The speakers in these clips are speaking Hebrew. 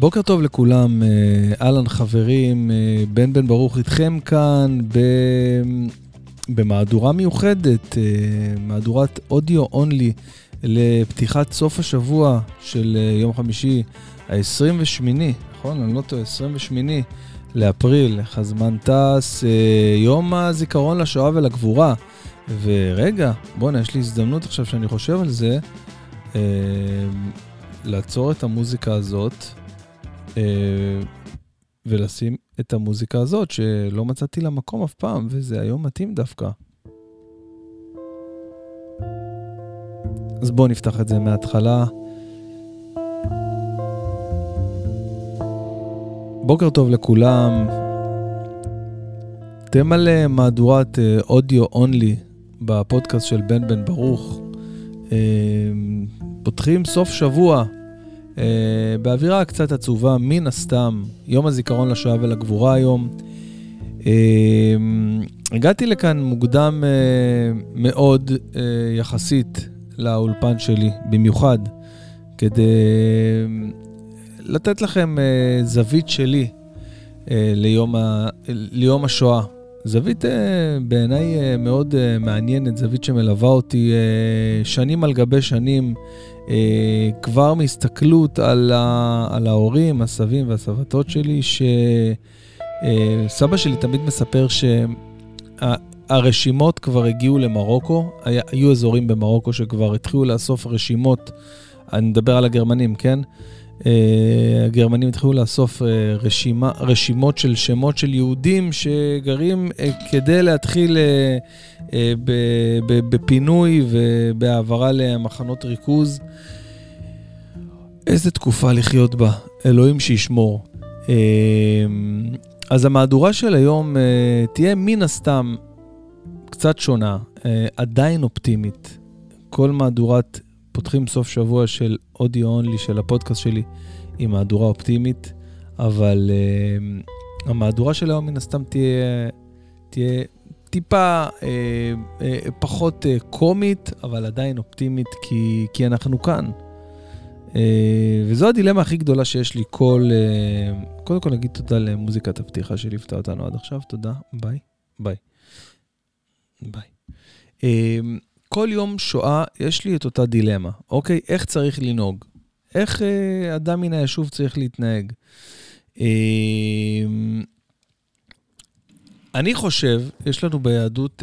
בוקר טוב לכולם, אהלן חברים, בן ברוך איתכם כאן במהדורה מיוחדת, מהדורת אודיו אונלי לפתיחת סוף השבוע של יום חמישי ה-28, נכון? אני לא טועה, 28 לאפריל, הזמן טס, יום הזיכרון לשואה ולגבורה. ורגע, בוא'נה, יש לי הזדמנות עכשיו שאני חושב על זה, לעצור את המוזיקה הזאת, ולשים את המוזיקה הזאת שלא מצאתי לה מקום אף פעם, וזה היום מתאים דווקא. אז בואו נפתח את זה מההתחלה. בוקר טוב לכולם. אתם על מהדורת אודיו אונלי בפודקאסט של בן ברוך. פותחים סוף שבוע באווירה קצת עצובה, מן הסתם, יום הזיכרון לשואה ולגבורה היום. הגעתי לכאן מוקדם מאוד יחסית לאולפן שלי, במיוחד, כדי לתת לכם זווית שלי ליום השואה. זווית בעיניי מאוד מעניינת, זווית שמלווה אותי שנים על גבי שנים, כבר מהסתכלות על ההורים, הסבים והסבתות שלי, שסבא שלי תמיד מספר שהרשימות כבר הגיעו למרוקו, היו אזורים במרוקו שכבר התחילו לאסוף רשימות, אני מדבר על הגרמנים, כן? הגרמנים התחילו לאסוף רשימות של שמות של יהודים שגרים כדי להתחיל בפינוי ובעברה למחנות ריכוז. איזה תקופה לחיות בה, אלוהים שישמור. אז המהדורה של היום תהיה מן הסתם קצת שונה, עדיין אופטימית. כל מהדורת פותחים סוף שבוע של אודיו אונלי של הפודקאסט שלי עם מהדורה אופטימית, אבל המהדורה של היום מן הסתם תהיה טיפה פחות קומית, אבל עדיין אופטימית, כי אנחנו כאן. וזו הדילמה הכי גדולה שיש לי. קודם כל נגיד תודה למוזיקת הפתיחה שליוותה אותנו עד עכשיו, תודה, ביי. כל יום שואה יש לי את אותה דילמה, אוקיי? איך צריך לנהוג? איך אדם מן היישוב צריך להתנהג? אני חושב, יש לנו ביהדות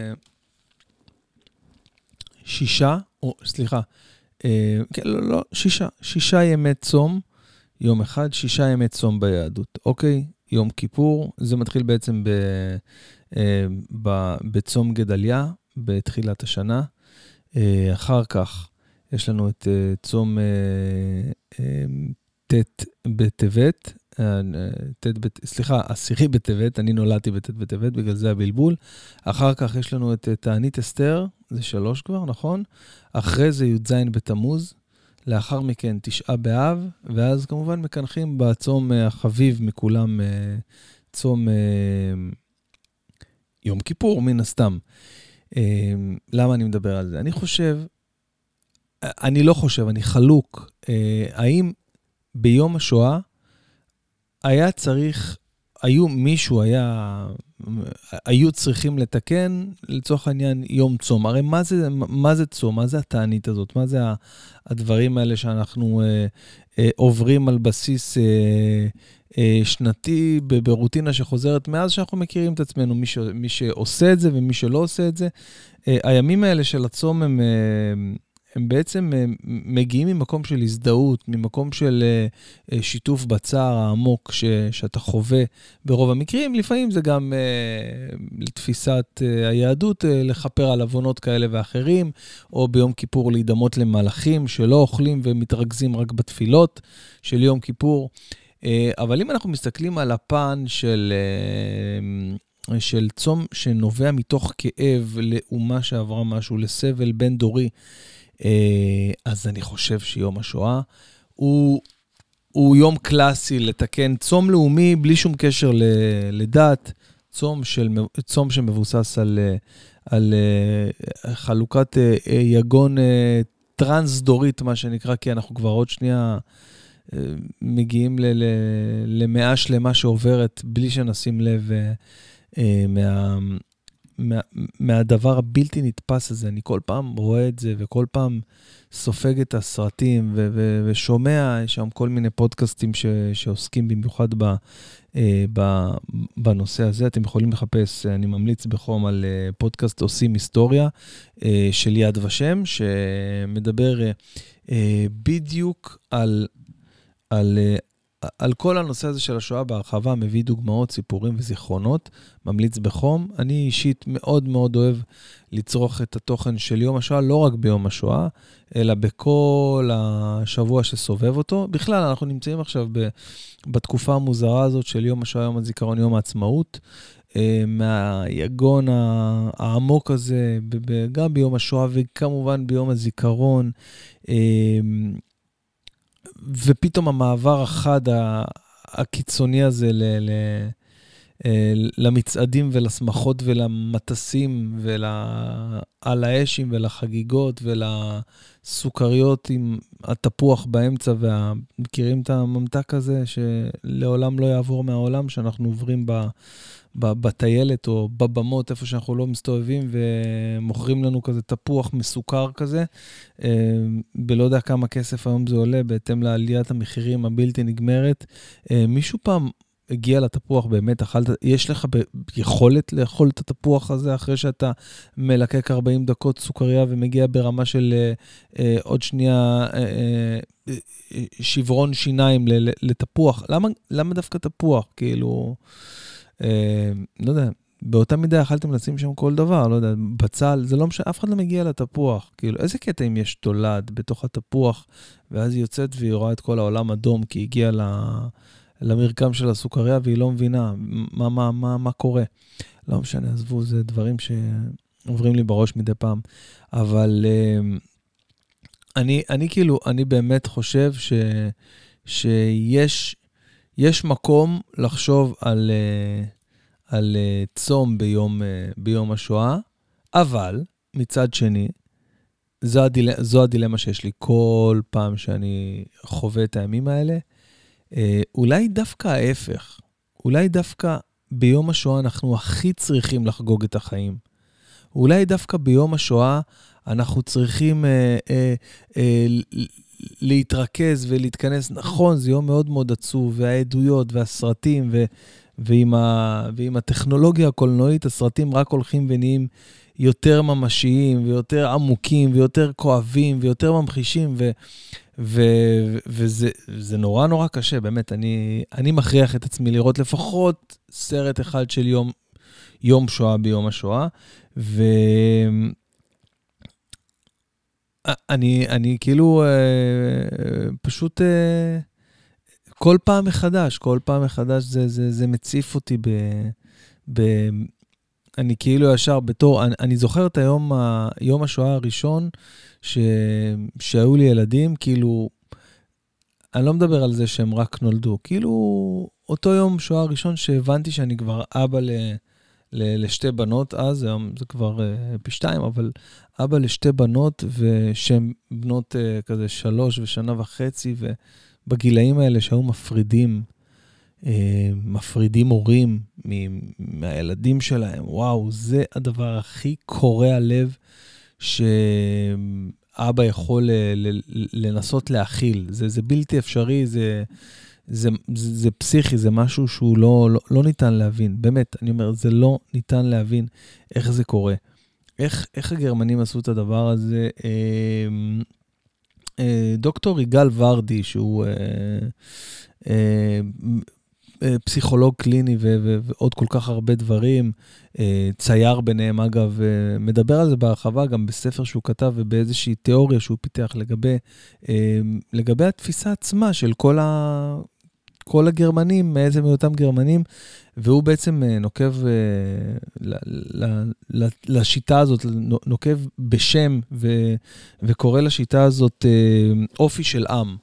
שישה ימי צום, יום אחד, 6 ימי צום ביהדות, אוקיי? יום כיפור, זה מתחיל בעצם בצום גדליה, בתחילת השנה. אחר כך יש לנו את צום ת' בטבת, עשירי בטבת, אני נולדתי בת' בטבת, בגלל זה הבלבול. אחר כך יש לנו את תענית אסתר, זה 3 כבר, נכון? אחרי זה י"ז בתמוז, לאחר מכן 9 באב, ואז כמובן מקנחים בצום החביב מכולם, צום יום כיפור מן הסתם. למה אני מדבר על זה? אני חלוק, האם ביום השואה היו צריכים לתקן לצורך העניין יום צום. הרי מה זה צום? מה זה התענית הזאת? מה זה הדברים האלה שאנחנו עוברים על בסיס שנתי ברוטינה שחוזרת מאז שאנחנו מכירים את עצמנו, מי שעושה את זה ומי שלא עושה את זה. הימים האלה של הצום הם בעצם מגיעים ממקום של הזדהות, ממקום של שיתוף בצער העמוק שאתה חווה ברוב המקרים. לפעמים זה גם לתפיסת היהדות לחפר על עוונות כאלה ואחרים, או ביום כיפור להידמות למלאכים שלא אוכלים ומתרכזים רק בתפילות של יום כיפור. אבל אם אנחנו מסתכלים על הפן של צום שנובע מתוך כאב לאומה שעברה משהו, לסבל בין דורי, אז אני חושב שיום השואה הוא יום קלאסי לתקן, צום לאומי בלי שום קשר לדת, צום שמבוסס על חלוקת יגון טרנס דורית, מה שנקרא, כי אנחנו כבר עוד שנייה מגיעים למאה שלמה שעוברת בלי שנשים לב מהדבר הבלתי נתפס הזה. אני כל פעם רואה את זה, וכל פעם סופג את הסרטים, ושומע שם כל מיני פודקאסטים שעוסקים במיוחד בנושא הזה. אתם יכולים לחפש, אני ממליץ בחום על פודקאסט עושים היסטוריה של יד ושם, שמדבר בדיוק על כל הנושא הזה של השואה בהרחבה, מביא דוגמאות, סיפורים וזיכרונות, ממליץ בחום. אני אישית מאוד מאוד אוהב לצרוך את התוכן של יום השואה, לא רק ביום השואה, אלא בכל השבוע שסובב אותו. בכלל, אנחנו נמצאים עכשיו בתקופה המוזרה הזאת של יום השואה, יום הזיכרון, יום העצמאות, מהיגון העמוק הזה, גם ביום השואה וכמובן ביום הזיכרון, ופתאום המעבר החד הקיצוני הזה למצעדים ולשמחות ולמטסים על האשים ולחגיגות ולסוכריות עם התפוח באמצע, ומכירים את הממתק הזה שלעולם לא יעבור מהעולם, שאנחנו עוברים בטיילת או בבמות, איפה שאנחנו לא מסתובבים, ומוכרים לנו כזה תפוח מסוכר כזה, בלא יודע כמה כסף היום זה עולה, בהתאם לעליית המחירים הבלתי נגמרת. מישהו פעם הגיע לתפוח, באמת אכלת, יש לך יכולת לאכול את התפוח הזה, אחרי שאתה מלקק 40 דקות סוכריה, ומגיע ברמה של עוד שנייה שברון שיניים לתפוח. למה דווקא תפוח? כאילו, לא יודע, באותה מידה אכלתם לשים שם כל דבר, לא יודע, בצל, זה לא משנה, אף אחד לא מגיע לתפוח. כאילו, איזה קטע אם יש תולד בתוך התפוח, ואז היא יוצאת והיא רואה את כל העולם אדום, כי היא הגיעה למרקם של הסוכריה, והיא לא מבינה מה קורה. לא משנה, עזבו, זה דברים שעוברים לי בראש מדי פעם. אבל אני באמת חושב שיש מקום לחשוב על צום ביום השואה, אבל מצד שני, זו הדילמה שיש לי כל פעם שאני חווה את הימים האלה. אולי דווקא ההפך, אולי דווקא ביום השואה אנחנו הכי צריכים לחגוג את החיים. אולי דווקא ביום השואה אנחנו צריכים להתרכז ולהתכנס. נכון, זה יום מאוד מאוד עצוב, והעדויות והסרטים, ועם הטכנולוגיה הקולנועית, הסרטים רק הולכים ונהיים יותר ממשיים, ויותר עמוקים, ויותר כואבים, ויותר ממחישים, וזה נורא נורא קשה, באמת. אני מכריח את עצמי לראות לפחות סרט אחד של יום שואה ביום השואה, אני כאילו פשוט כל פעם מחדש זה מציף אותי אני כאילו ישר בתור, אני זוכר את יום השואה הראשון שהיו לי ילדים, כאילו, אני לא מדבר על זה שהם רק נולדו, כאילו אותו יום שואה הראשון שהבנתי שאני כבר אבא לשתי בנות, אז זה כבר פי 2, אבל אבא לשתי בנות, ושהם בנות כזה 3 ושנה וחצי, ובגילאים האלה שהיו מפרידים הורים מהילדים שלהם. וואו, זה הדבר הכי קורע לב שאבא יכול לנסות להכיל. זה בלתי אפשרי, זה פסיכי, זה משהו שהוא לא ניתן להבין. באמת, אני אומר, זה לא ניתן להבין איך זה קורה. איך הגרמנים עשו את הדבר הזה? דוקטור יגאל ורדי, שהוא פסיכולוג קליני ועוד כל כך הרבה דברים, צייר ביניהם אגב, מדבר על זה בהרחבה גם בספר שהוא כתב ובאיזושהי תיאוריה שהוא פיתח לגבי התפיסה עצמה של כל הגרמנים, מאיזה מאותם גרמנים, והוא בעצם נוקב לשיטה הזאת, נוקב בשם וקורא לשיטה הזאת אופי של עם.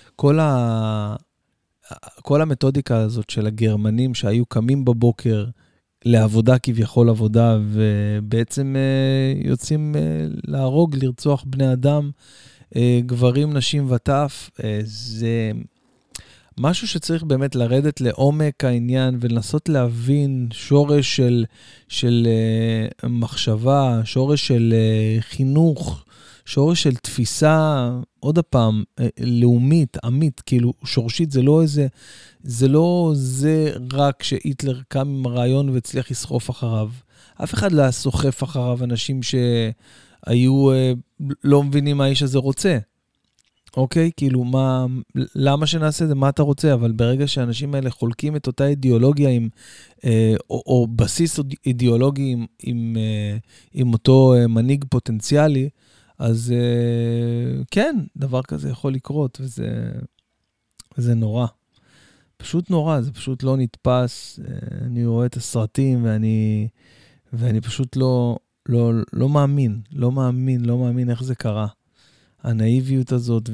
כל המתודיקה הזאת של הגרמנים שהיו קמים בבוקר לעבודה, כביכול עבודה, ובעצם יוצאים להרוג, לרצוח בני אדם, גברים, נשים וטף, משהו שצריך באמת לרדת לעומק העניין ולנסות להבין שורש של מחשבה, שורש של חינוך, שורש של תפיסה, עוד הפעם, לאומית, עמית, כאילו שורשית, זה לא זה רק שהיטלר קם עם הרעיון והצליח לסחוף אחריו. אף אחד לא סוחף אחריו אנשים שהיו, לא מבינים מה האיש הזה רוצה. אוקיי? כאילו, למה שנעשה זה? מה אתה רוצה? אבל ברגע שהאנשים האלה חולקים את אותה אידיאולוגיה או בסיס אידיאולוגי עם אותו מנהיג פוטנציאלי, אז כן, דבר כזה יכול לקרות, וזה נורא. פשוט נורא, זה פשוט לא נתפס. אני רואה את הסרטים ואני פשוט לא מאמין, לא מאמין איך זה קרה. הנאיביות הזאת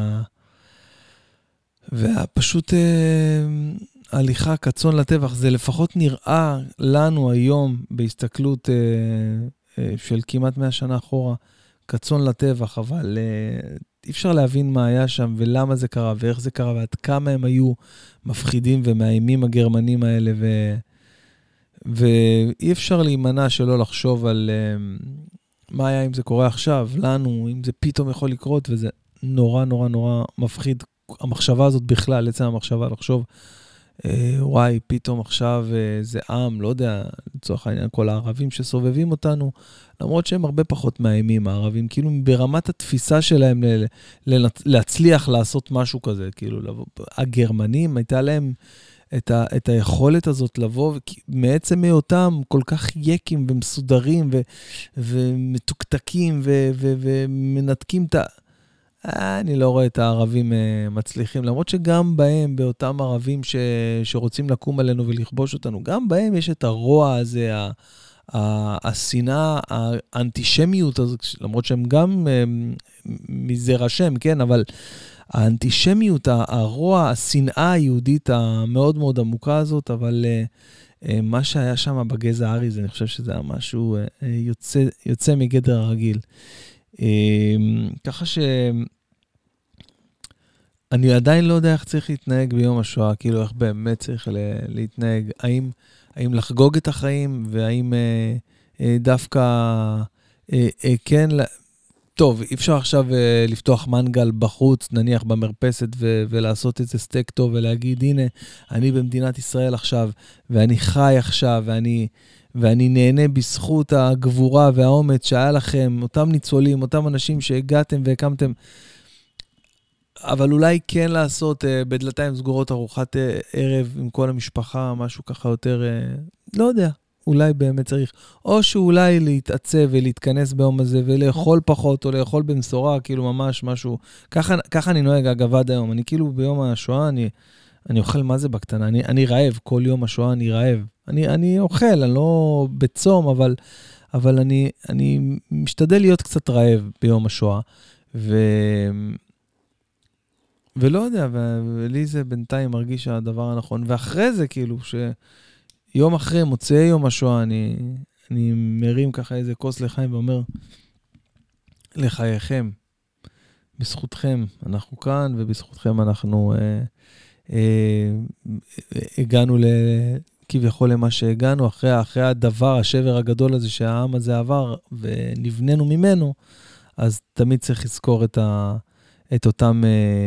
והפשוט הליכה קצון לטבח, זה לפחות נראה לנו היום בהסתכלות של כמעט 100 שנה אחורה, קצון לטבח, אבל אי אפשר להבין מה היה שם ולמה זה קרה ואיך זה קרה ועד כמה הם היו מפחידים ומאיימים הגרמנים האלה ואי אפשר להימנע שלא לחשוב על מה היה אם זה קורה עכשיו, לנו, אם זה פתאום יכול לקרות, וזה נורא נורא נורא מפחיד. המחשבה הזאת בכלל, עצם המחשבה לחשוב, וואי, פתאום עכשיו זה עם, לא יודע, לצורך העניין, כל הערבים שסובבים אותנו, למרות שהם הרבה פחות מאיימים, הערבים, כאילו ברמת התפיסה שלהם להצליח לעשות משהו כזה, כאילו, הגרמנים, הייתה להם את היכולת הזאת לבוא, מעצם מאותם כל כך יקים ומסודרים ומתוקתקים ומנתקים את אני לא רואה את הערבים מצליחים, למרות שגם בהם, באותם ערבים שרוצים לקום עלינו ולכבוש אותנו, גם בהם יש את הרוע הזה, השנאה, האנטישמיות הזאת, למרות שהם גם מזרע שם, כן, אבל האנטישמיות, הרוע, השנאה היהודית המאוד מאוד עמוקה הזאת, אבל מה שהיה שם בגזע הארי, אני חושב שזה היה משהו יוצא מגדר הרגיל. ככה אני עדיין לא יודע איך צריך להתנהג ביום השואה, כאילו איך באמת צריך להתנהג, האם לחגוג את החיים, והאם דווקא כן, טוב, אי אפשר עכשיו לפתוח מנגל בחוץ, נניח במרפסת, ולעשות איזה סטייק טוב, ולהגיד, הנה, אני במדינת ישראל עכשיו, ואני חי עכשיו, ואני נהנה בזכות הגבורה והאומץ שהיה לכם, אותם ניצולים, אותם אנשים שהגעתם והקמתם, אבל אולי כן לעשות בדלתיים סגורות ארוחת ערב עם כל המשפחה, משהו ככה יותר, לא יודע, אולי באמת צריך, או שאולי להתעצב ולהתכנס ביום הזה ולאכול פחות, או לאכול במשורה, כאילו ממש משהו, ככה אני נוהג אגב עד היום, אני כאילו ביום השואה, אני אוכל מה זה בקטנה, אני רעב, כל יום השואה אני רעב, אני אוכל, אני לא בצום, אבל אני משתדל להיות קצת רעב ביום השואה, ולא יודע, ולי זה בינתיים מרגיש הדבר הנכון, ואחרי זה כאילו, שיום אחרי, מוצאי יום השואה, אני מרים ככה איזה כוס לחיים, ואומר, לחייכם, בזכותכם, אנחנו כאן, ובזכותכם אנחנו הגענו כביכול למה שהגענו, אחרי הדבר, השבר הגדול הזה שהעם הזה עבר, ונבננו ממנו, אז תמיד צריך לזכור את אותם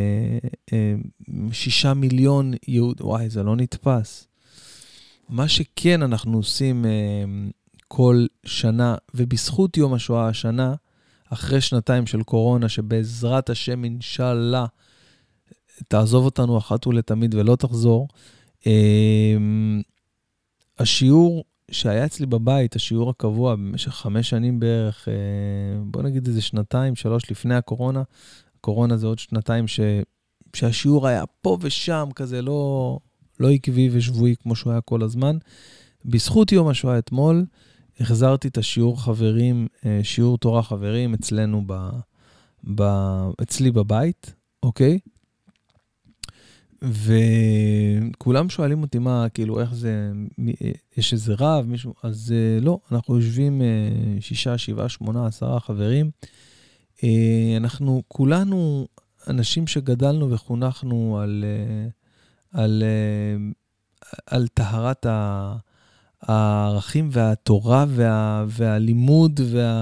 6 מיליון יהוד, וואי, זה לא נתפס. מה שכן אנחנו עושים כל שנה, ובזכות יום השואה השנה, אחרי שנתיים של קורונה, שבעזרת השם אינשאללה, תעזוב אותנו אחת ולתמיד ולא תחזור, השיעור שהיה אצלי בבית, השיעור הקבוע במשך 5 שנים בערך, בוא נגיד איזה 2-3 לפני הקורונה, הקורונה זה עוד 2 שהשיעור היה פה ושם, כזה לא עקבי ושבועי כמו שהוא היה כל הזמן. בזכות יום השואה אתמול, החזרתי את השיעור חברים, שיעור תורה חברים אצלנו אצלי בבית, אוקיי? וכולם שואלים אותי מה, כאילו, איך זה, יש איזה רב, מישהו, אז לא, אנחנו יושבים 6, 7, 8, 10 חברים, אנחנו כולנו אנשים שגדלנו וחונכנו על טהרת הערכים והתורה והלימוד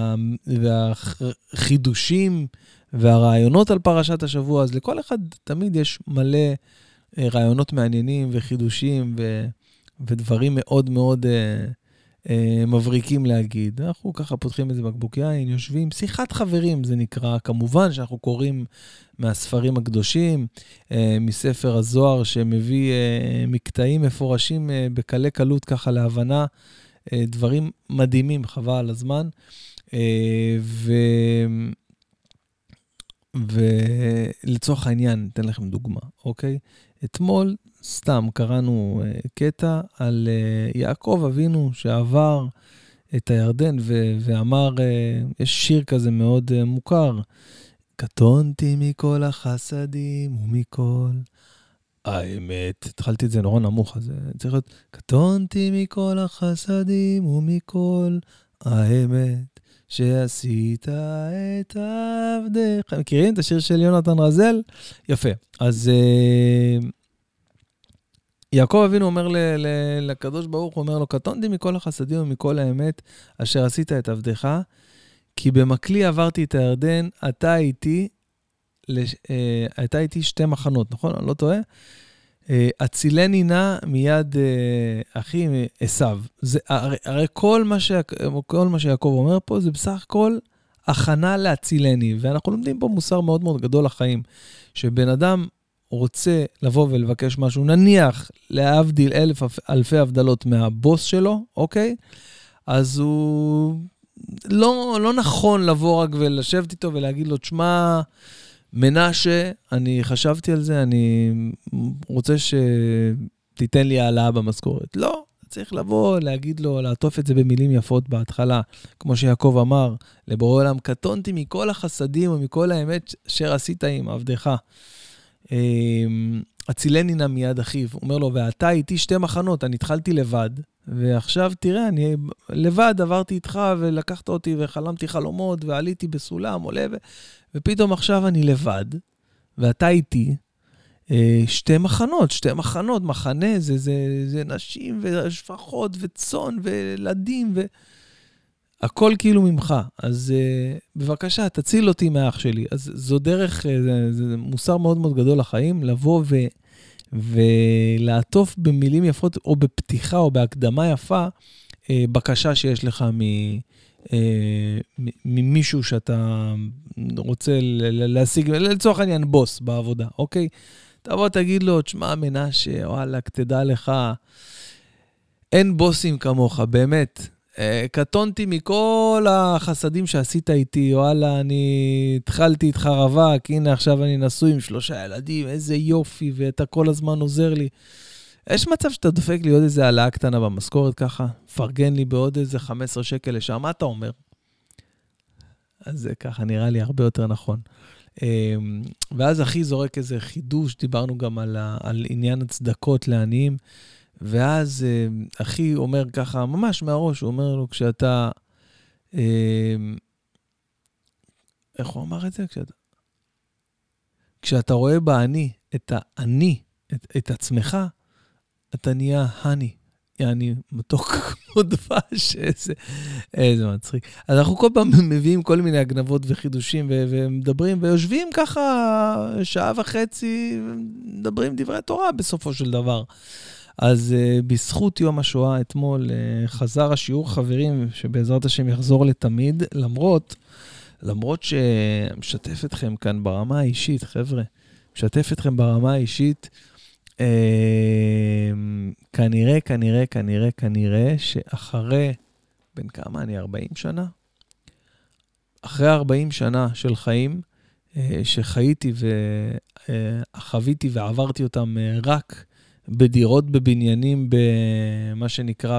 והחידושים והרעיונות על פרשת השבוע. אז לכל אחד תמיד יש מלא רעיונות מעניינים וחידושים ודברים מאוד מאוד מבריקים להגיד. אנחנו ככה פותחים איזה בקבוק יין, יושבים, שיחת חברים זה נקרא, כמובן שאנחנו קוראים מהספרים הקדושים, מספר הזוהר שמביא מקטעים מפורשים בקלי קלות ככה להבנה, דברים מדהימים, חבל על הזמן, ולצורך העניין, אתן לכם דוגמה, אוקיי? אתמול סתם קראנו קטע על יעקב אבינו שעבר את הירדן ואמר, יש שיר כזה מאוד מוכר, קטונתי מכל החסדים ומכל האמת. התחלתי את זה נורא נמוך, אז צריך להיות, קטונתי מכל החסדים ומכל האמת שעשית את עבדך. מכירים את השיר של יונתן רזל? יפה. אז יעקב אבינו אומר לקדוש ברוך הוא, אומר לו, קטונתי מכל החסדים ומכל האמת אשר עשית את עבדך, כי במקלי עברתי את הירדן, אתה איתי שתי מחנות, נכון? אני לא טועה? הצילני נא מיד אחי עשיו. הרי כל מה שיעקב אומר פה, זה בסך הכל הכנה להצילני, ואנחנו לומדים פה מוסר מאוד מאוד גדול לחיים, שבן אדם רוצה לבוא ולבקש משהו, נניח להבדיל אלפי הבדלות מהבוס שלו, אוקיי? אז הוא לא נכון לבוא רק ולשבת איתו ולהגיד לו, תשמע, מנשה, אני חשבתי על זה, אני רוצה שתיתן לי העלאה במשכורת. לא, צריך לבוא, להגיד לו, לעטוף את זה במילים יפות בהתחלה, כמו שיעקב אמר, לבורא עולם, קטונתי מכל החסדים ומכל האמת אשר עשית עם עבדך. הצילני נא מיד אחיו, הוא אומר לו, ואתה איתי שתי מחנות, אני התחלתי לבד, ועכשיו תראה, אני לבד עברתי איתך ולקחת אותי וחלמתי חלומות ועליתי בסולם, עולה, ופתאום עכשיו אני לבד, ואתה איתי, שתי מחנות, מחנה, זה נשים ושפחות וצאן וילדים, הכל כאילו ממך. אז בבקשה, תציל אותי מהאח שלי. אז זו דרך, זה מוסר מאוד מאוד גדול לחיים, לבוא ולעטוף במילים יפות, או בפתיחה או בהקדמה יפה, בקשה שיש לך ממישהו שאתה רוצה להשיג, לצורך העניין בוס בעבודה, אוקיי? תבוא תגיד לו, תשמע מנשה, וואלה, תדע לך, אין בוסים כמוך, באמת. קטונתי מכל החסדים שעשית איתי, וואלה, אני התחלתי איתך רווק, הנה עכשיו אני נשוי עם 3 ילדים, איזה יופי, ואתה כל הזמן עוזר לי. יש מצב שאתה דופק לי עוד איזה העלאה קטנה במשכורת ככה, פרגן לי בעוד איזה 15 שקל לשעה, מה אתה אומר? אז זה ככה נראה לי הרבה יותר נכון. ואז אחי זורק איזה חידוש, דיברנו גם על עניין הצדקות לעניים, ואז אחי אומר ככה, ממש מהראש, הוא אומר לו, כשאתה, איך הוא אמר את זה? כשאתה רואה בעני, את העני, את עצמך, אתה נהיה הני, יעני מתוק כמו דבש, איזה מצחיק. אז אנחנו כל פעם מביאים כל מיני הגנבות וחידושים, ומדברים, ויושבים ככה 1.5 שעה, מדברים דברי תורה בסופו של דבר. אז בזכות יום השואה אתמול חזר השיעור חברים, שבעזרת השם יחזור לתמיד, למרות שמשתף אתכם כאן ברמה האישית, חבר'ה, משתף אתכם ברמה האישית, כנראה שאחרי, בין כמה אני 40 שנה? אחרי 40 שנה של חיים, שחייתי וחוויתי ועברתי אותם רק בדירות, בבניינים, במה שנקרא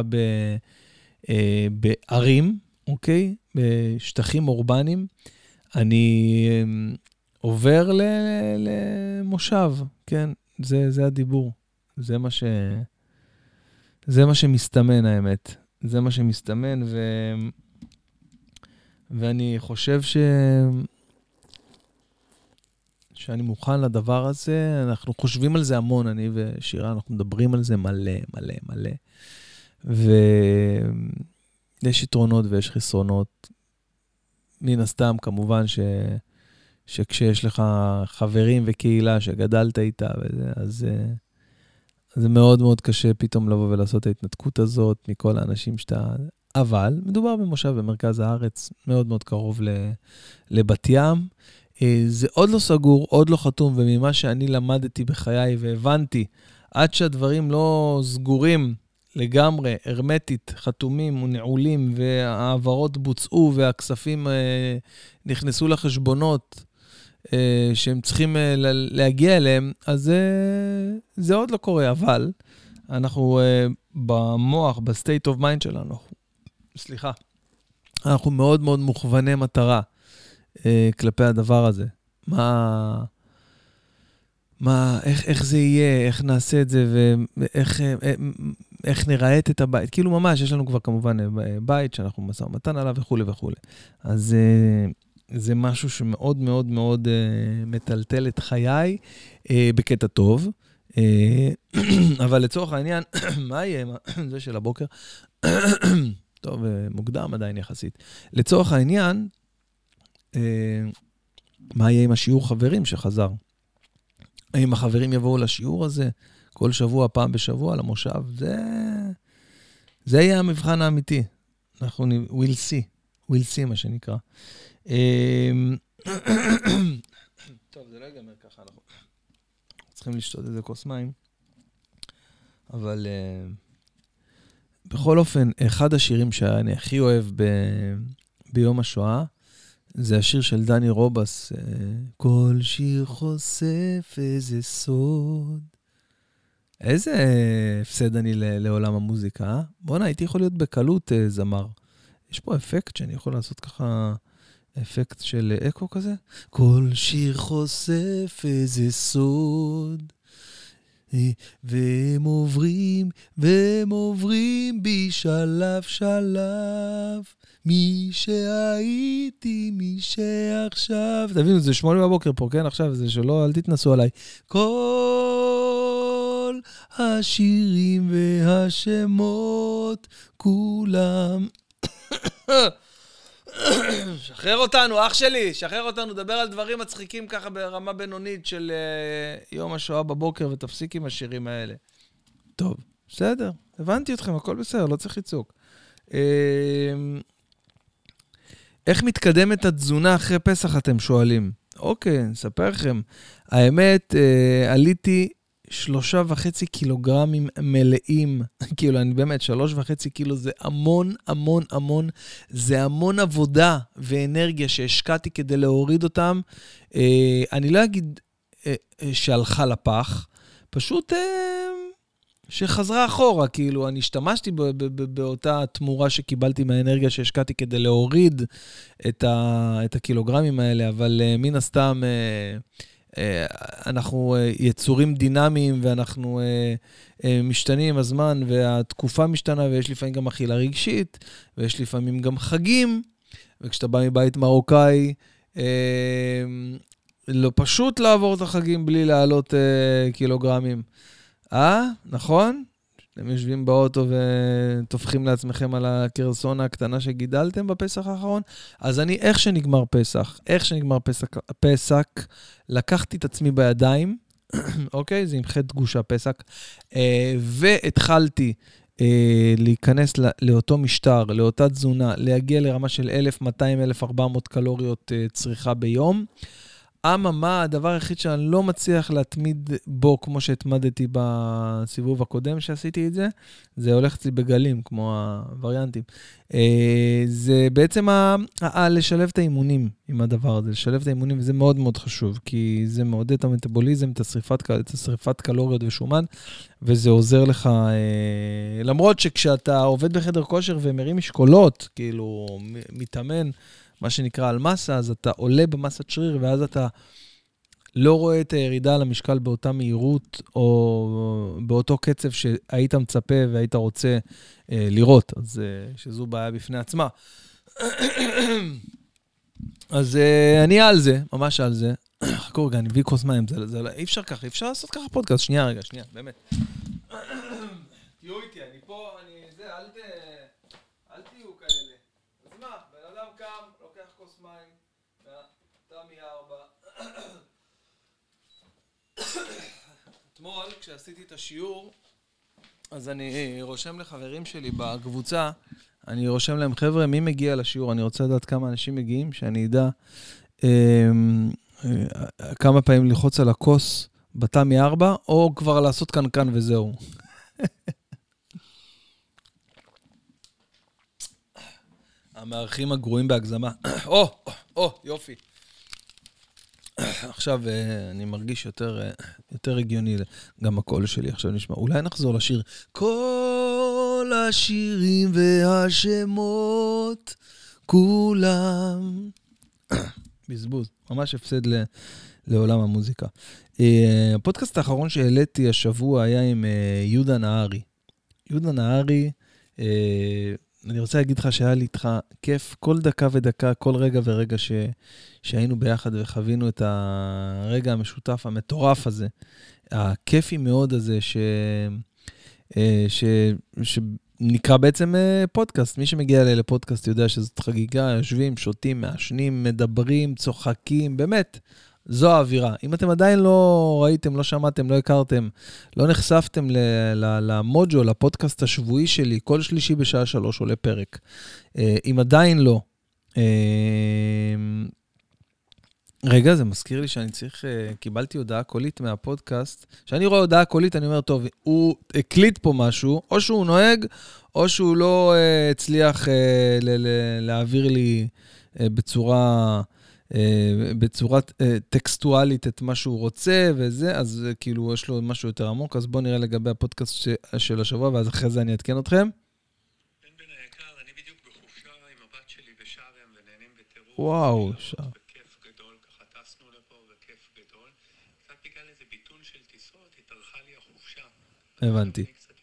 בערים, אוקיי? בשטחים אורבניים, אני עובר למושב, כן? זה הדיבור. זה מה שמסתמן, האמת. זה מה שמסתמן, ואני חושב שאני מוכן לדבר הזה, אנחנו חושבים על זה המון, אני ושירה, אנחנו מדברים על זה מלא, מלא, מלא. ויש יתרונות ויש חסרונות. מן הסתם, כמובן שכשיש לך חברים וקהילה שגדלת איתה, אז זה מאוד מאוד קשה פתאום לבוא ולעשות את ההתנתקות הזאת מכל האנשים שאתה... אבל מדובר במושב במרכז הארץ, מאוד מאוד קרוב לבת ים. זה עוד לא סגור, עוד לא חתום, וממה שאני למדתי בחיי והבנתי, עד שהדברים לא סגורים לגמרי, הרמטית, חתומים ונעולים, והעברות בוצעו והכספים נכנסו לחשבונות שהם צריכים להגיע אליהם, אז זה עוד לא קורה, אבל אנחנו במוח, בסטייט אוף מיינד שלנו, סליחה, אנחנו מאוד מאוד מוכווני מטרה כלפי הדבר הזה. איך זה יהיה, איך נעשה את זה, ואיך נראית את הבית. כאילו ממש, יש לנו כבר כמובן בית שאנחנו משא ומתן עליו וכו' וכו'. אז זה משהו שמאוד מאוד מאוד מטלטל את חיי בקטע טוב. אבל לצורך העניין, מה יהיה? זה של הבוקר. טוב, מוקדם עדיין יחסית. לצורך העניין, מה יהיה עם השיעור חברים שחזר? האם החברים יבואו לשיעור הזה כל שבוע, פעם בשבוע, למושב? זה יהיה המבחן האמיתי. אנחנו we'll see מה שנקרא. טוב, זה לא ייגמר ככה, אנחנו צריכים לשתות איזה כוס מים. אבל בכל אופן, אחד השירים שאני הכי אוהב ביום השואה, זה השיר של דני רובס, כל שיר חושף איזה סוד. איזה הפסד אני לעולם המוזיקה, בוא'נה, הייתי יכול להיות בקלות זמר. יש פה אפקט שאני יכול לעשות ככה, אפקט של אקו כזה. כל שיר חושף איזה סוד, והם עוברים בי שלב שלב, מי שהייתי, מי שעכשיו. תבינו, זה 8 בבוקר פה, כן? עכשיו, זה שלא, אל תתנסו עליי. כל השירים והשמות, כולם. שחרר אותנו, אח שלי, שחרר אותנו, דבר על דברים מצחיקים ככה ברמה בינונית של יום השואה בבוקר, ותפסיק עם השירים האלה. טוב, בסדר, הבנתי אתכם, הכל בסדר, לא צריך לצעוק. איך מתקדמת התזונה אחרי פסח, אתם שואלים? אוקיי, נספר לכם. האמת, עליתי 3.5 קילוגרמים מלאים. כאילו, אני באמת, 3.5 קילו זה המון, המון, המון. זה המון עבודה ואנרגיה שהשקעתי כדי להוריד אותם. אני לא אגיד שהלכה לפח, פשוט שחזרה אחורה. כאילו, אני השתמשתי באותה תמורה שקיבלתי מהאנרגיה שהשקעתי כדי להוריד את הקילוגרמים האלה, אבל מן הסתם אנחנו יצורים דינמיים, ואנחנו משתנים עם הזמן, והתקופה משתנה, ויש לפעמים גם אכילה רגשית, ויש לפעמים גם חגים, וכשאתה בא מבית מרוקאי, לא פשוט לעבור את החגים בלי לעלות קילוגרמים. נכון? אתם יושבים באוטו ותופחים לעצמכם על הקרסונה הקטנה שגידלתם בפסח האחרון. אז אני, איך שנגמר פסח, לקחתי את עצמי בידיים, אוקיי? זה עם חטא גושה פסח, והתחלתי להיכנס לאותו משטר, לאותה תזונה, להגיע לרמה של 1,200-1,400 קלוריות צריכה ביום. מה הדבר היחיד שאני לא מצליח להתמיד בו, כמו שהתמדתי בסיבוב הקודם שעשיתי את זה, זה הולך אצלי בגלים, כמו הווריאנטים. זה בעצם לשלב את האימונים עם הדבר הזה, לשלב את האימונים, וזה מאוד מאוד חשוב, כי זה מעודד את המטאבוליזם, את השריפת קלוריות ושומן, וזה עוזר לך, למרות שכשאתה עובד בחדר כושר ומרים משקולות, כאילו מתאמן, מה שנקרא על מסה, אז אתה עולה במסת שריר, ואז אתה לא רואה את הירידה על המשקל באותה מהירות, או באותו קצב שהיית מצפה והיית רוצה לראות. אז שזו בעיה בפני עצמה. אז אני על זה, ממש על זה. שיכור, אני מביא כוס מים, אי אפשר ככה, אי אפשר לעשות ככה פודקאסט, שנייה, באמת. תהיו איתי, אני פה, אל תהיו כאלה. אז מה, בן אדם קם, לוקח כוס מים, תמי 4. אתמול, כשעשיתי את השיעור, אז אני רושם לחברים שלי בקבוצה, אני רושם להם, חבר'ה, מי מגיע לשיעור? אני רוצה לדעת כמה אנשים מגיעים, שאני אדע כמה פעמים ללחוץ על הכוס בתמי 4, או כבר לעשות קנקן וזהו. המארחים הגרועים בהגזמה. יופי. עכשיו אני מרגיש יותר הגיוני, גם הקול שלי עכשיו נשמע. אולי נחזור לשיר. כל השירים והשמות, כולם. בזבוז, ממש הפסד לעולם המוזיקה. הפודקאסט האחרון שהעליתי השבוע היה עם יהודה נהרי. יהודה נהרי, אני רוצה להגיד לך שהיה לי איתך כיף כל דקה ודקה, כל רגע ורגע שהיינו ביחד וחווינו את הרגע המשותף המטורף הזה, הכיפי מאוד הזה שנקרא בעצם פודקאסט. מי שמגיע אליי לפודקאסט יודע שזאת חגיגה, יושבים, שותים, מעשנים, מדברים, צוחקים, באמת. זו האווירה. אם אתם עדיין לא ראיתם, לא שמעתם, לא הכרתם, לא נחשפתם למוג'ו, לפודקאסט השבועי שלי, כל שלישי בשעה 3 עולה פרק. אם עדיין לא, רגע, זה מזכיר לי שאני צריך, קיבלתי הודעה קולית מהפודקאסט, כשאני רואה הודעה קולית, אני אומר, טוב, הוא הקליט פה משהו, או שהוא נוהג, או שהוא לא הצליח להעביר לי בצורה טקסטואלית את מה שהוא רוצה וזה, אז כאילו יש לו משהו יותר עמוק, אז בואו נראה לגבי הפודקאסט של השבוע, ואז אחרי זה אני אתקן אתכם. בן היקר, אני בדיוק בחופשה עם הבת שלי בשארם, ונהנים בטירוף. וואו, בכיף גדול, ככה טסנו לפה בכיף גדול. קצת בגלל איזה ביטול של טיסות, התארכה לי החופשה. הבנתי.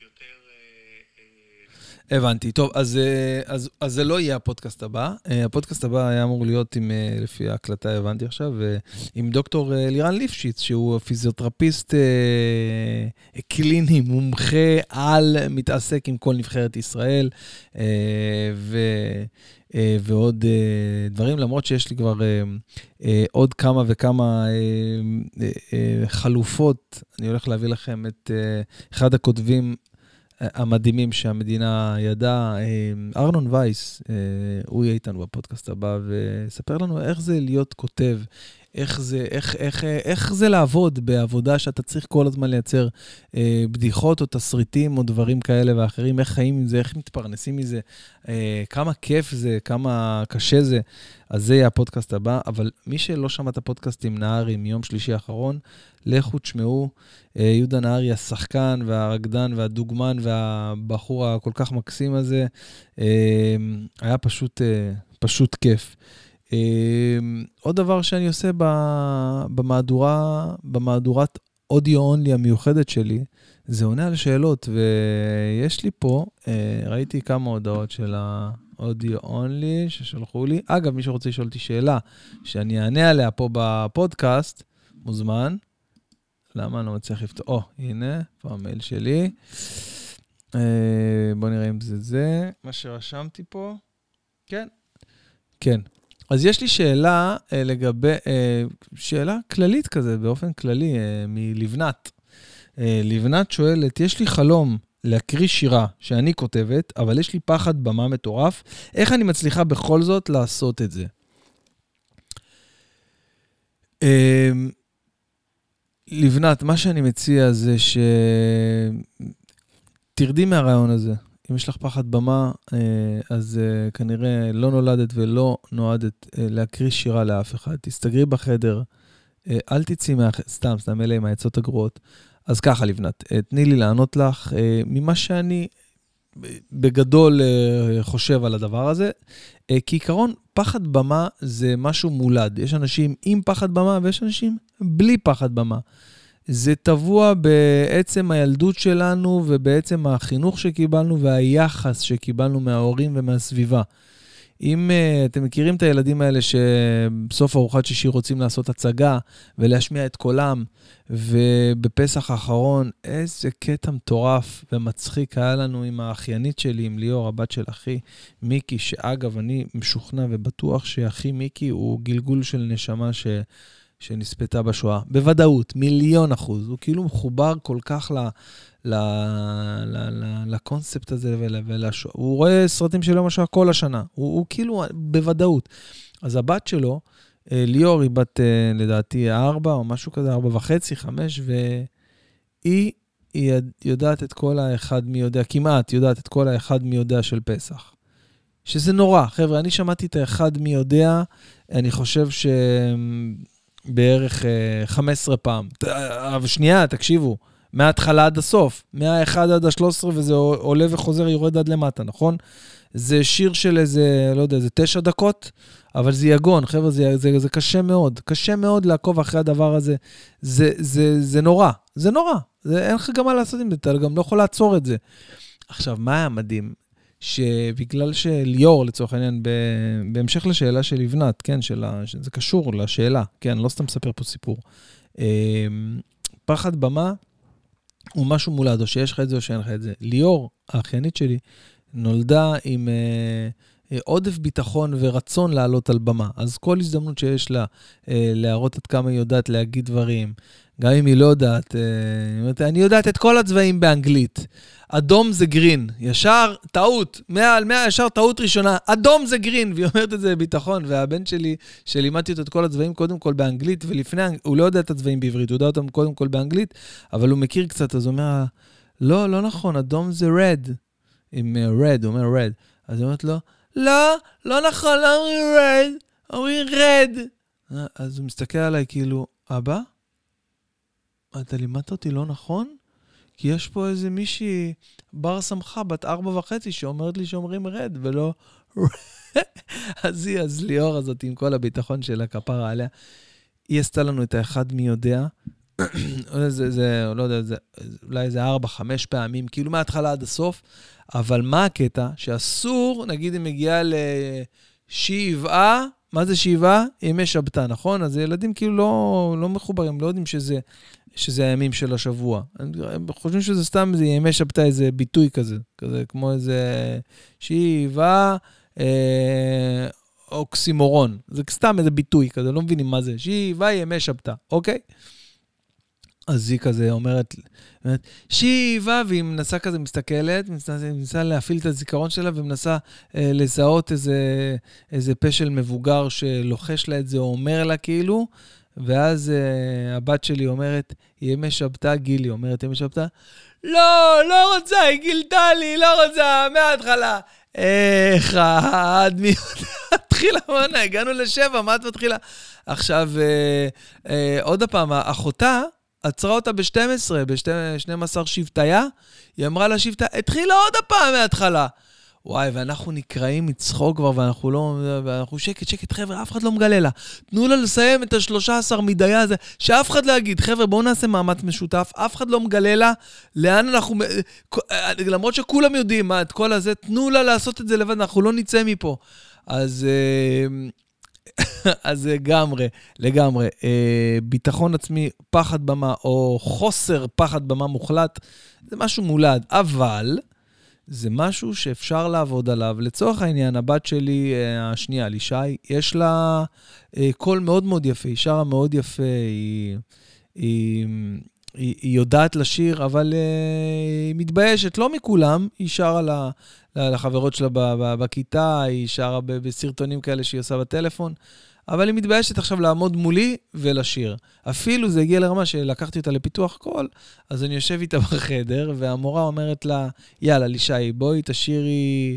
הבנתי. טוב, אז זה לא יהיה הפודקאסט הבא. הפודקאסט הבא היה אמור להיות לפי ההקלטה, הבנתי עכשיו, עם דוקטור לירן ליפשיץ, שהוא פיזיותרפיסט קליני, מומחה על, מתעסק עם כל נבחרת ישראל, ועוד דברים, למרות שיש לי כבר עוד כמה וכמה חלופות. אני הולך להביא לכם את אחד הכותבים המדהימים שהמדינה ידעה, ארנון וייס, הוא יהיה איתנו בפודקאסט הבא, וספר לנו איך זה להיות כותב, איך זה לעבוד בעבודה שאתה צריך כל הזמן לייצר בדיחות או תסריטים או דברים כאלה ואחרים, איך חיים עם זה, איך מתפרנסים מזה, כמה כיף זה, כמה קשה זה. אז זה יהיה הפודקאסט הבא, אבל מי שלא שמע את הפודקאסט עם נהרי מיום שלישי האחרון, לכו תשמעו. יהודה נהרי, השחקן והרקדן והדוגמן והבחור הכל כך מקסים הזה, היה פשוט כיף. עוד דבר שאני עושה במהדורת אודיו אונלי המיוחדת שלי, זה עונה על שאלות, ויש לי פה, ראיתי כמה הודעות של האודיו אונלי ששלחו לי. אגב, מי שרוצה לשאול אותי שאלה, שאני אענה עליה פה בפודקאסט, מוזמן. למה אני לא מצליח לפתוח? הנה, פה המייל שלי. בוא נראה אם זה. מה שרשמתי פה. כן. אז יש לי שאלה לגבי, שאלה כללית כזה, באופן כללי, מלבנת. לבנת שואלת, יש לי חלום להקריא שירה שאני כותבת, אבל יש לי פחד במה מטורף. איך אני מצליחה בכל זאת לעשות את זה? לבנת, מה שאני מציע זה תרדי מהרעיון הזה. אם יש לך פחד במה, אז כנראה לא נולדת ולא נועדת להקריא שירה לאף אחד. תסתגרי בחדר, אל תצאי סתם אלה עם העצות הגרועות. אז ככה, לבנת, תני לי לענות לך ממה שאני בגדול חושב על הדבר הזה. כעיקרון, פחד במה זה משהו מולד. יש אנשים עם פחד במה ויש אנשים בלי פחד במה. זה טבוע בעצם הילדות שלנו ובעצם החינוך שקיבלנו והיחס שקיבלנו מההורים ומהסביבה. אם אתם מכירים את הילדים האלה שבסוף ארוחת שישי רוצים לעשות הצגה ולהשמיע את קולם, ובפסח האחרון, איזה קטע מטורף ומצחיק היה לנו עם האחיינית שלי, עם ליאור, הבת של אחי, מיקי, שאגב, אני משוכנע ובטוח שאחי מיקי הוא גלגול של נשמה שנספתה בשואה. בוודאות, 1,000,000%. הוא כאילו מחובר כל כך לקונספט הזה ולשואה. הוא רואה סרטים של יום השואה כל השנה. הוא כאילו בוודאות. אז הבת שלו, ליאור, היא בת לדעתי 4 או משהו כזה, 4.5, 5, והיא יודעת את כל האחד מי יודע, כמעט יודעת את כל האחד מי יודע של פסח. שזה נורא. חבר'ה, אני שמעתי את האחד מי יודע, אני חושב בערך 15 פעם. אבל שנייה, תקשיבו, מההתחלה עד הסוף, מה-1 עד ה-13, וזה עולה וחוזר, יורד עד למטה, נכון? זה שיר של איזה, לא יודע, איזה 9 דקות, אבל זה יגון, חבר'ה, זה קשה מאוד. קשה מאוד לעקוב אחרי הדבר הזה. זה נורא, זה נורא. אין לך גם מה לעשות עם זה, אתה גם לא יכול לעצור את זה. עכשיו, מה היה מדהים? שבגלל שליאור, לצורך העניין, בהמשך לשאלה של לבנת, כן, זה קשור לשאלה, כן, לא סתם מספר פה סיפור. פחד במה הוא משהו מולד, או שיש לך את זה או שאין לך את זה. ליאור, האחיינית שלי, נולדה עם עודף ביטחון ורצון לעלות על במה. אז כל הזדמנות שיש לה להראות עד כמה היא יודעת להגיד דברים, גם אם היא לא יודעת, אני יודעת את כל הצבעים באנגלית. אדום זה גרין, ישר טעות, 100 ישר טעות ראשונה, אדום זה גרין, והיא אומרת את זה בביטחון, והבן שלי, שלימדתי אותו את כל הצבעים קודם כל באנגלית, ולפני, הוא לא יודע את הצבעים בעברית, הוא יודע אותם קודם כל באנגלית, אבל הוא מכיר קצת, אז הוא אומר, לא נכון, אדום זה red, עם red, הוא אומר red, אז היא אומרת לו, לא נכון, לא אומרים red, אומרים red, אז הוא מסתכל עליי כאילו, אבא, אתה לימדת אותי לא נכון? כי יש פה איזה מישהי בר שמחה, בת 4.5, שאומרת לי שאומרים רד, ולא אז ליאור הזאת, עם כל הביטחון של הכפרה עליה, היא עשתה לנו את האחד מי יודע, לא יודע, אולי זה 4-5 פעמים, כאילו מההתחלה עד הסוף, אבל מה הקטע? שאסור, נגיד אם מגיעה לשבעה, מה זה שבעה? ימי שבתה, נכון? אז ילדים כאילו לא מחוברים, לא יודעים שזה הימים של השבוע. הם חושבים שזה סתם איזה ימי שבתה, איזה ביטוי כזה כמו איזה שבעה אוקסימורון. זה סתם איזה ביטוי כזה, לא מבינים מה זה. שבעה ימי שבתה, אוקיי? אז היא כזה אומרת, שבעה, והיא מנסה כזה מסתכלת, מנסה להפעיל את הזיכרון שלה, ומנסה לזהות איזה פשל מבוגר שלוחש לה את זה, או אומר לה כאילו, ואז הבת שלי אומרת, ימי שבתה, גילי אומרת, ימי שבתה, לא רוצה, היא גילתה לי, לא רוצה, מההתחלה. אחד, מי מתחילה, מונה, הגענו ל7, מה את מתחילה? עכשיו, עוד הפעם, אחותה, עצרה אותה ב-12 שבטיה, היא אמרה לה שבטה, התחילה עוד הפעם מההתחלה. וואי, ואנחנו נקראים מצחוק כבר, ואנחנו שקט, חבר'ה, אף אחד לא מגלה לה. תנו לה לסיים את ה-13 מדיה הזה, שאף אחד לא יגיד, חבר'ה, בואו נעשה מאמץ משותף, אף אחד לא מגלה לה, לאן אנחנו, למרות שכולם יודעים מה, את כל הזה, תנו לה לעשות את זה לבד, אנחנו לא נצא מפה. אז לגמרי, ביטחון עצמי, פחד במה, או חוסר פחד במה מוחלט, זה משהו מולד, אבל זה משהו שאפשר לעבוד עליו. לצורך העניין, הבת שלי השנייה, לישי, יש לה קול מאוד מאוד יפה, היא שרה מאוד יפה, היא יודעת לשיר, אבל היא מתביישת, לא מכולם, היא שרה לחברות שלה בכיתה, היא שרה בסרטונים כאלה שהיא עושה בטלפון, אבל היא מתביישת עכשיו לעמוד מולי ולשיר. אפילו זה הגיע לרמה שלקחתי אותה לפיתוח קול, אז אני יושב איתה בחדר, והמורה אומרת לה, יאללה, לישי, בואי תשירי,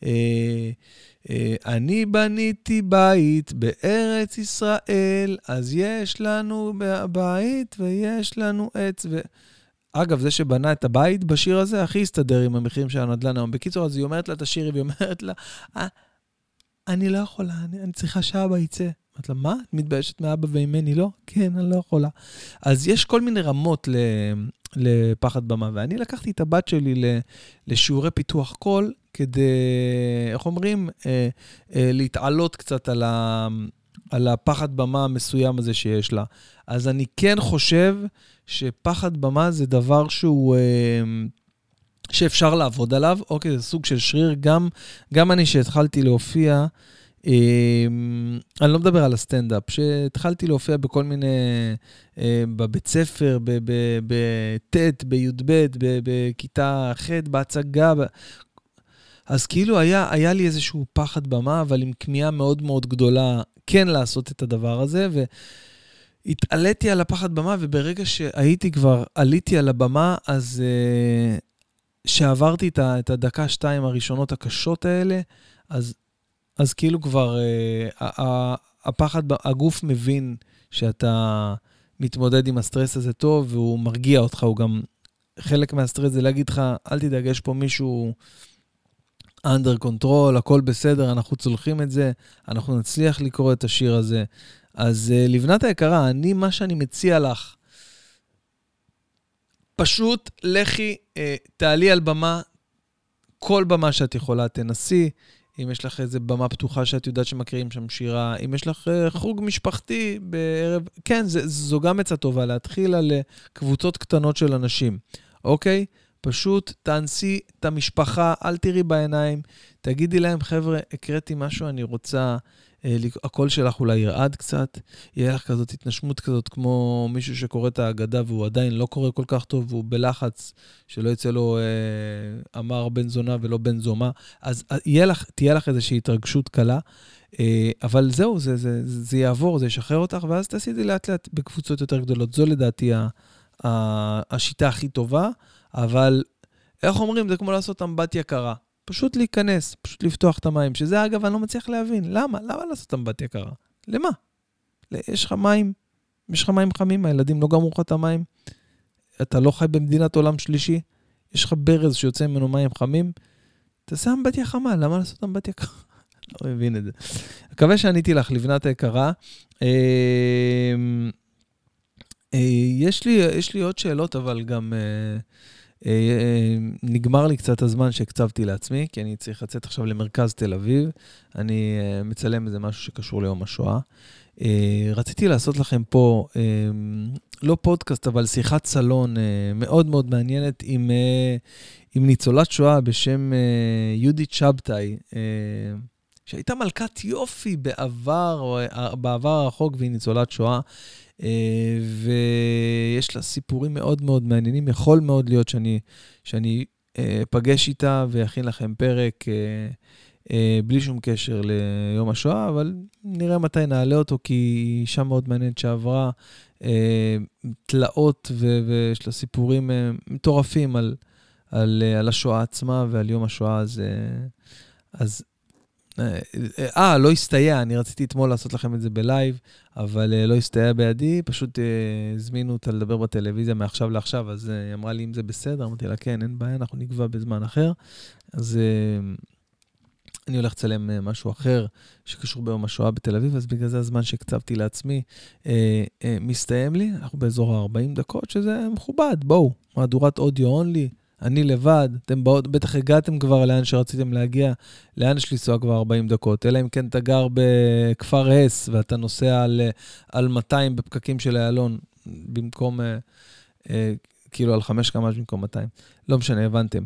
אני בניתי בית בארץ ישראל, אז יש לנו בית ויש לנו עץ אגב, זה שבנה את הבית בשיר הזה, הכי הסתדר עם המחירים של הנדל"ן היום. בקיצור, אז היא אומרת לה את השירי, והיא אומרת לה, אני לא יכולה, אני צריכה שאבא יצא. אמרת לה, מה? את מתביישת מאבא וממני? לא? כן, אני לא יכולה. אז יש כל מיני רמות לפחד במה, ואני לקחתי את הבת שלי לשיעורי פיתוח קול, כדי, איך אומרים, להתעלות קצת על הפחד במה המסוים הזה שיש לה. אז אני כן חושב שפחד במה זה דבר שהוא, שאפשר לעבוד עליו, אוקיי, זה סוג של שריר, גם אני שהתחלתי להופיע, אני לא מדבר על הסטנדאפ, שהתחלתי להופיע בכל מיני, בבית ספר, בט', בי"ב, בכיתה ח', בהצגה, אז כאילו היה לי איזשהו פחד במה, אבל עם כמיהה מאוד מאוד גדולה כן לעשות את הדבר הזה, והתעליתי על הפחד במה, וברגע שהייתי כבר, עליתי על הבמה, אז שעברתי את הדקה-שתיים הראשונות הקשות האלה, אז כאילו כבר הפחד, הגוף מבין שאתה מתמודד עם הסטרס הזה טוב, והוא מרגיע אותך, הוא גם חלק מהסטרס זה להגיד לך, אל תדאג, יש פה מישהו under control, הכל בסדר, אנחנו צולחים את זה, אנחנו נצליח לקרוא את השיר הזה. אז לבנת היקרה, מה שאני מציע לך, פשוט לכי, תעלי על במה, כל במה שאת יכולה, תנסי, אם יש לך איזה במה פתוחה שאת יודעת שמקריאים שם שירה, אם יש לך חוג משפחתי בערב, כן, זו גם עצה טובה, להתחיל על קבוצות קטנות של אנשים, אוקיי? פשוט תאנסי את המשפחה, אל תראי בעיניים, תגידי להם, חבר'ה, הקראתי משהו, אני רוצה, הקול שלך אולי ירעד קצת, יהיה לך כזאת התנשמות כזאת, כמו מישהו שקורא את ההגדה, והוא עדיין לא קורא כל כך טוב, והוא בלחץ, שלא יצא לו אמר בן זונה ולא בן זומה, אז תהיה לך איזושהי התרגשות קלה, אבל זהו, זה יעבור, זה ישחרר אותך, ואז תעשי את זה לאט לאט בקבוצות יותר גדולות. זו לדעתי השיטה הכי טובה, אבל איך אומרים, זה כמו לעשות אמבטיה קרה. פשוט להיכנס, פשוט לפתוח את המים, שזה אגב אני לא מצליח להבין. למה? למה לעשות אמבטיה קרה? למה? יש לך מים, יש לך מים חמים, הילדים לא גמרו לך את המים, אתה לא חי במדינת עולם שלישי, יש לך ברז שיוצא ממנו מים חמים, תעשה אמבטיה חמה, למה לעשות אמבטיה קרה? לא מבין את זה. מקווה שעניתי לך, לבנת היקרה. יש לי עוד שאלות, אבל גם נגמר לי קצת הזמן שהקצבתי לעצמי, כי אני צריך לצאת עכשיו למרכז תל אביב, אני מצלם איזה משהו שקשור ליום השואה. רציתי לעשות לכם פה, לא פודקאסט, אבל שיחת סלון מאוד מאוד מעניינת עם ניצולת שואה בשם יהודית שבתאי, שהייתה מלכת יופי בעבר הרחוק, והיא ניצולת שואה, ויש לה סיפורים מאוד מאוד מעניינים. יכול מאוד להיות שאני פגש איתה ויכין לכם פרק בלי שום קשר ליום השואה, אבל נראה מתי נעלה אותו, כי היא אישה מאוד מעניינת שעברה תלאות, ויש לה סיפורים מטורפים על השואה עצמה ועל יום השואה. אז לא הסתייע, אני רציתי אתמול לעשות לכם את זה בלייב, אבל לא הסתייע בידי, פשוט הזמינו אותה לדבר בטלוויזיה מעכשיו לעכשיו, אז היא אמרה לי אם זה בסדר, אמרתי לה כן, אין בעיה, אנחנו נקבע בזמן אחר, אז אני הולך לצלם משהו אחר שקשור ביום השואה בתל אביב, אז בגלל זה הזמן שהקצבתי לעצמי מסתיים לי, אנחנו באזור 40 דקות, שזה מכובד, בואו, מהדורת אודיו אונלי, אני לבד, אתם בטח הגעתם כבר לאן שרציתם להגיע, לאן יש לנסוע כבר 40 דקות, אלא אם כן אתה גר בכפר הס, ואתה נוסע על 200 בפקקים של איילון, במקום, כאילו על 5 קמ"ש במקום 200. לא משנה, הבנתם.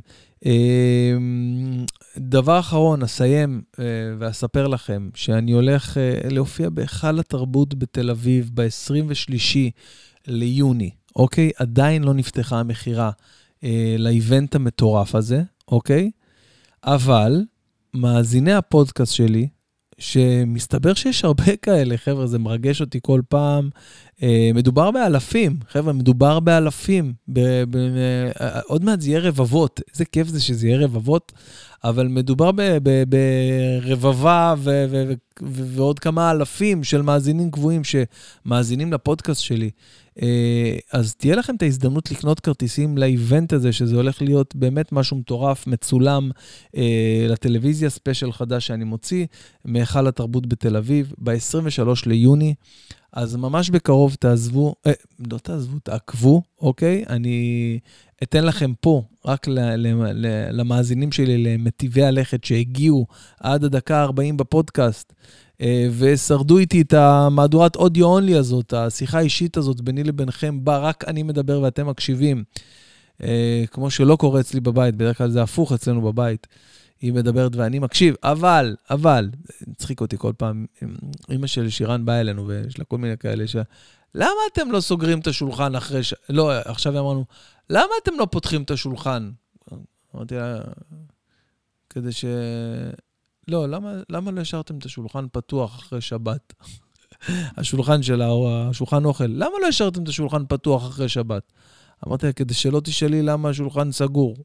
דבר אחרון, אסיים ואספר לכם, שאני הולך להופיע בהיכל התרבות בתל אביב, ב-23 ליוני, אוקיי? עדיין לא נפתחה המחירה, לאיבנט המטורף הזה, אוקיי? אבל מאזיני הפודקאסט שלי, שמסתבר שיש הרבה כאלה, חבר'ה, זה מרגש אותי כל פעם, מדובר באלפים, חבר'ה, מדובר באלפים, עוד מעט זה יהיה רבבות, איזה כיף זה שזה יהיה רבבות, אבל מדובר ברבבה ועוד כמה אלפים של מאזינים קבועים שמאזינים לפודקאסט שלי, אז תהיה לכם את ההזדמנות לקנות כרטיסים לאיבנט הזה, שזה הולך להיות באמת משהו מטורף, מצולם לטלוויזיה, ספיישל חדש שאני מוציא, מהיכל התרבות בתל אביב, ב-23 ליוני, אז ממש בקרוב לא תעזבו, תעקבו, אוקיי? אני אתן לכם פה, רק למאזינים שלי, למטיבי הלכת שהגיעו עד הדקה 40 בפודקאסט, ושרדו איתי את המהדורת אודיו אונלי הזאת, השיחה האישית הזאת ביני לבינכם, בה רק אני מדבר ואתם מקשיבים, כמו שלא קורה אצלי בבית, בדרך כלל זה הפוך אצלנו בבית, היא מדברת ואני מקשיב, אבל, צחיק אותי כל פעם, אמא של שירן באה אלינו, ויש לה כל מיני כאלה למה אתם לא סוגרים את השולחן אחרי לא, עכשיו אמרנו, למה אתם לא פותחים את השולחן? אמרתי לה, כדי לא, למה לא השארתם את השולחן פתוח אחרי שבת? השולחן שלה, או השולחן אוכל, למה לא השארתם את השולחן פתוח אחרי שבת? אמרתי לה, כדי שלא תשאלי למה השולחן סגור.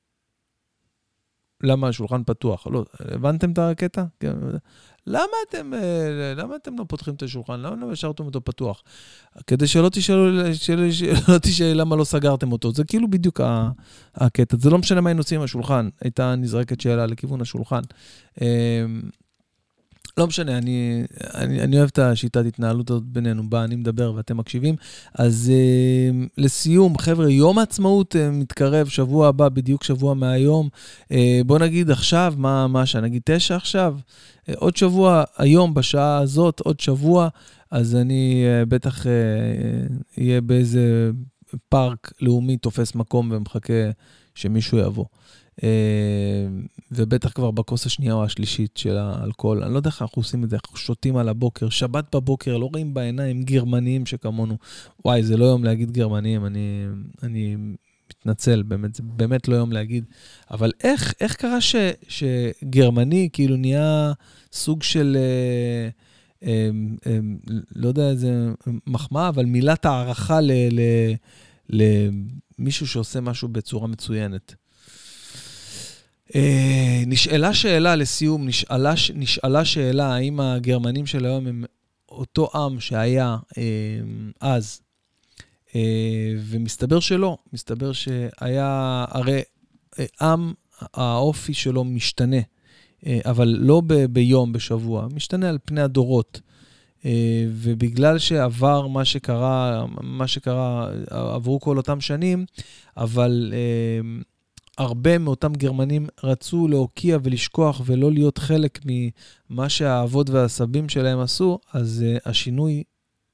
למה השולחן פתוח? לא, הבנתם את הקטע? למה אתם לא פותחים את השולחן? למה לא השארתם אותו פתוח? כדי שלא תשאלי למה לא סגרתם אותו. זה כאילו בדיוק הקטע. זה לא משנה מה היינו עושים עם השולחן. הייתה נזרקת שאלה לכיוון השולחן. לא משנה, אני אוהב את השיטת התנהלות הזאת בינינו, בה אני מדבר ואתם מקשיבים. אז לסיום, חבר'ה, יום העצמאות מתקרב, שבוע הבא, בדיוק שבוע מהיום. בוא נגיד עכשיו, מה נגיד 9 עכשיו? עוד שבוע, היום בשעה הזאת, עוד שבוע, אז אני בטח אהיה באיזה פארק לאומי, תופס מקום ומחכה שמישהו יבוא. ובטח כבר בכוס השנייה או השלישית של האלכוהול. אני לא יודע איך אנחנו עושים את זה, אנחנו שותים על הבוקר, שבת בבוקר, לא רואים בעיניים גרמניים שכמונו. וואי, זה לא יום להגיד גרמניים, אני מתנצל, באמת, זה באמת לא יום להגיד. אבל איך קרה שגרמני כאילו נהיה סוג של, לא יודע איזה מחמאה, אבל מילת הערכה למישהו שעושה משהו בצורה מצוינת. נשאלה שאלה לסיום, נשאלה שאלה, האם הגרמנים של היום הם אותו עם שהיה אז, ומסתבר שלא, מסתבר שהיה, הרי עם, האופי שלו משתנה, אבל לא ביום, בשבוע, משתנה על פני הדורות, ובגלל שעבר מה שקרה, עברו כל אותם שנים, אבל הרבה מאותם גרמנים רצו להוקיע ולשכוח ולא להיות חלק ממה שהאבות והסבים שלהם עשו, אז השינוי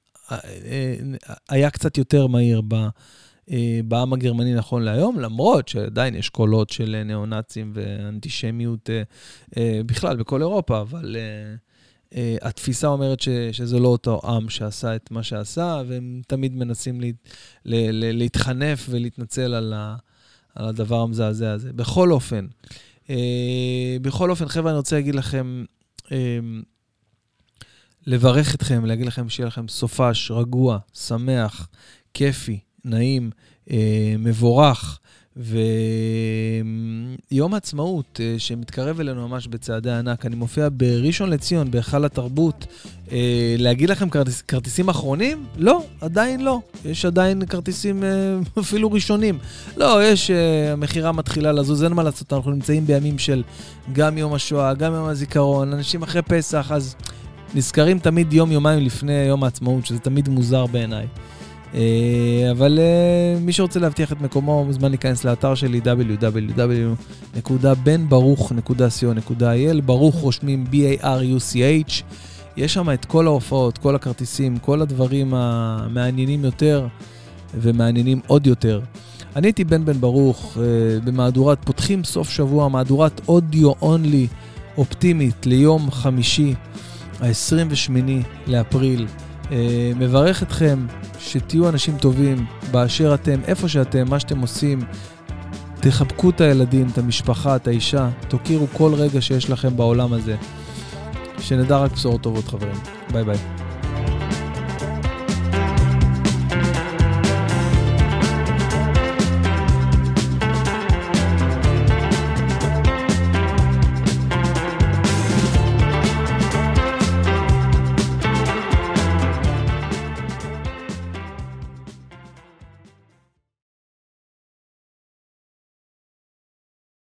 היה קצת יותר מהיר בעם הגרמני נכון להיום, למרות שעדיין יש קולות של ניאו-נאצים ואנטישמיות בכלל בכל אירופה, אבל התפיסה אומרת שזה לא אותו עם שעשה את מה שעשה, והם תמיד מנסים להתחנף ולהתנצל על הדבר המזעזע הזה. בכל אופן, חבר'ה, אני רוצה להגיד לכם, לברך אתכם, להגיד לכם שיהיה לכם סופש, רגוע, שמח, כיפי, נעים, מבורך, ויום העצמאות שמתקרב אלינו ממש בצעדי ענק. אני מופיע בראשון לציון, בהיכל התרבות. להגיד לכם כרטיסים אחרונים? לא, עדיין לא. יש עדיין כרטיסים אפילו ראשונים. לא, יש, המחירה מתחילה לזוז, אין מה לעשות, אנחנו נמצאים בימים של גם יום השואה, גם יום הזיכרון, אנשים אחרי פסח, אז נזכרים תמיד יומיים לפני יום העצמאות, שזה תמיד מוזר בעיניי. אבל מי שרוצה להבטיח את מקומו מוזמן להיכנס לאתר שלי www.benbaruch.co.il. ברוך רושמים B-A-R-U-C-H. יש שם את כל ההופעות, כל הכרטיסים, כל הדברים המעניינים יותר ומעניינים עוד יותר. אני הייתי בן ברוך במהדורת פותחים סוף שבוע, מהדורת אודיו אונלי אופטימית ליום חמישי ה-28 לאפריל. מברך אתכם שתהיו אנשים טובים באשר אתם, איפה שאתם, מה שאתם עושים. תחבקו את הילדים, את המשפחה, את האישה, תוקירו כל רגע שיש לכם בעולם הזה. שנדע רק בשורות טובות, חברים. ביי ביי.